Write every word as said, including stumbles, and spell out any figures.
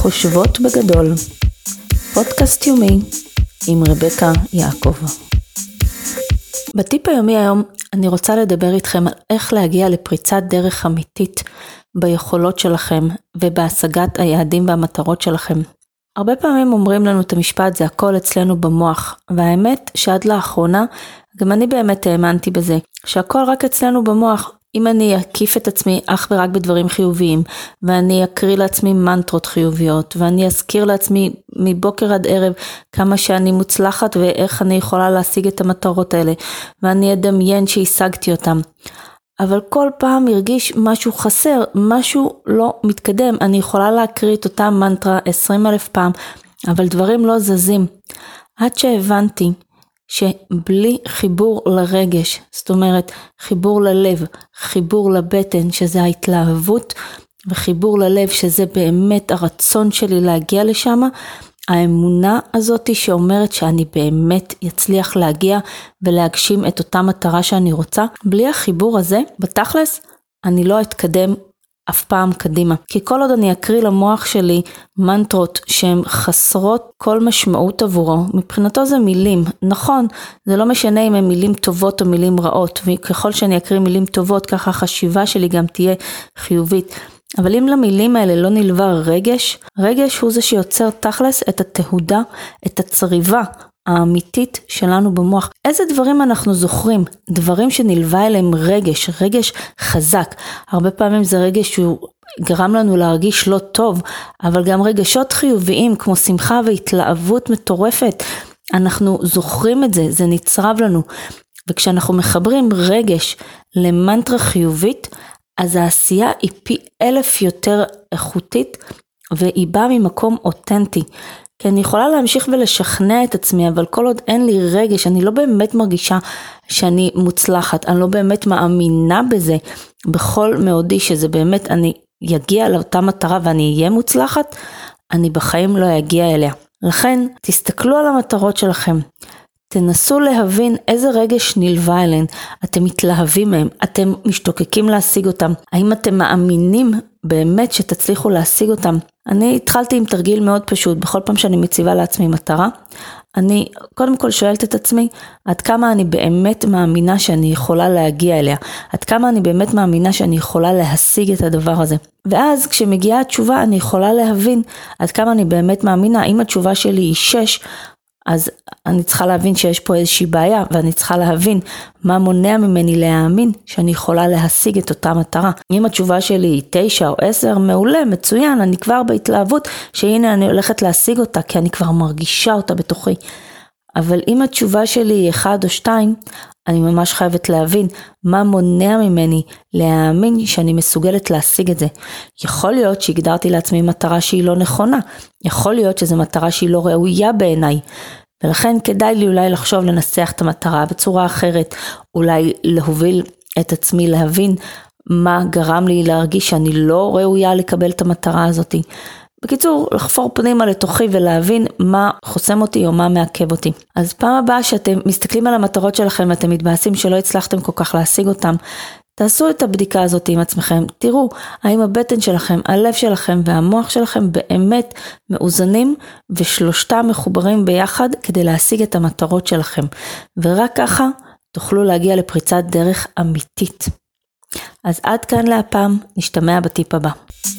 חושבות בגדול, פודקאסט יומי עם רבקה יעקב. בטיפ היומי היום אני רוצה לדבר איתכם על איך להגיע לפריצת דרך אמיתית ביכולות שלכם ובהשגת היעדים והמטרות שלכם. הרבה פעמים אומרים לנו את המשפט, זה הכל אצלנו במוח, והאמת שעד לאחרונה גם אני באמת האמנתי בזה, שהכל רק אצלנו במוח. אם אני אקיף את עצמי אך ורק בדברים חיוביים, ואני אקריא לעצמי מנטרות חיוביות, ואני אזכיר לעצמי מבוקר עד ערב כמה שאני מוצלחת ואיך אני יכולה להשיג את המטרות האלה, ואני אדמיין שהשגתי אותם. אבל כל פעם הרגיש משהו חסר, משהו לא מתקדם. אני יכולה להקריא את אותה מנטרה עשרים אלף פעם, אבל דברים לא זזים. עד שהבנתי שבלי חיבור לרגש, זאת אומרת חיבור ללב, חיבור לבטן שזה ההתלהבות, וחיבור ללב שזה באמת הרצון שלי להגיע לשם, האמונה הזאת שאומרת שאני באמת יצליח להגיע ולהגשים את אותה מטרה שאני רוצה, בלי החיבור הזה, בתכלס אני לא אתקדם אף פעם קדימה. כי כל עוד אני אקריא למוח שלי מנטרות שהן חסרות כל משמעות עבורו, מבחינתו זה מילים. נכון, זה לא משנה אם הן מילים טובות או מילים רעות, וככל שאני אקריא מילים טובות, ככה החשיבה שלי גם תהיה חיובית. אבל אם למילים האלה לא נלווה רגש, רגש הוא זה שיוצר תכלס את התהודה, את הצריבה האמיתית שלנו במוח. איזה דברים אנחנו זוכרים? דברים שנלווה אליהם רגש, רגש חזק. הרבה פעמים זה רגש שהוא גרם לנו להרגיש לא טוב, אבל גם רגשות חיוביים כמו שמחה והתלהבות מטורפת. אנחנו זוכרים את זה, זה נצרב לנו. וכשאנחנו מחברים רגש למנטרה חיובית, אז העשייה היא פי אלף יותר איכותית, והיא באה ממקום אותנטי. כי אני יכולה להמשיך ולשכנע את עצמי, אבל כל עוד אין לי רגש, אני לא באמת מרגישה שאני מוצלחת, אני לא באמת מאמינה בזה, בכל מאודי שזה באמת אני יגיע לאותה מטרה ואני אהיה מוצלחת, אני בחיים לא אגיע אליה. לכן תסתכלו על המטרות שלכם, תנסו להבין איזה רגש נלווה אליהן, אתם מתלהבים מהם, אתם משתוקקים להשיג אותם, האם אתם מאמינים באמת שתצליחו להשיג אותם. אני התחלתי עם תרגיל מאוד פשוט, בכל פעם שאני מציבה לעצמי מטרה, אני קודם כל שואלת את עצמי, עד כמה אני באמת מאמינה שאני יכולה להגיע אליה, עד כמה אני באמת מאמינה שאני יכולה להשיג את הדבר הזה. ואז כשמגיעה התשובה אני יכולה להבין עד כמה אני באמת מאמינה. אם התשובה שלי היא שש, אז אני צריכה להבין שיש פה איזושהי בעיה, ואני צריכה להבין מה מונע ממני להאמין שאני יכולה להשיג את אותה מטרה. אם התשובה שלי היא תשע או עשר, מעולה, מצוין, אני כבר בהתלהבות שהנה אני הולכת להשיג אותה, כי אני כבר מרגישה אותה בתוכי. אבל אם התשובה שלי היא אחד או שתיים, אני ממש חייבת להבין מה מונע ממני להאמין שאני מסוגלת להשיג את זה. יכול להיות שהגדרתי לעצמי מטרה שהיא לא נכונה, יכול להיות שזו מטרה שהיא לא ראויה בעיניי, ולכן כדאי לי אולי לחשוב לנסח את המטרה בצורה אחרת, אולי להוביל את עצמי להבין מה גרם לי להרגיש שאני לא ראויה לקבל את המטרה הזאת. בקיצור, לחפור פנימה לתוכי ולהבין מה חוסם אותי או מה מעכב אותי. אז פעם הבאה שאתם מסתכלים על המטרות שלכם ואתם מתבאסים שלא הצלחתם כל כך להשיג אותם, תעשו את הבדיקה הזאת עם עצמכם, תראו האם הבטן שלכם, הלב שלכם והמוח שלכם באמת מאוזנים ושלושתם מחוברים ביחד כדי להשיג את המטרות שלכם. ורק ככה תוכלו להגיע לפריצת דרך אמיתית. אז עד כאן להפעם, נשתמע בטיפ הבא.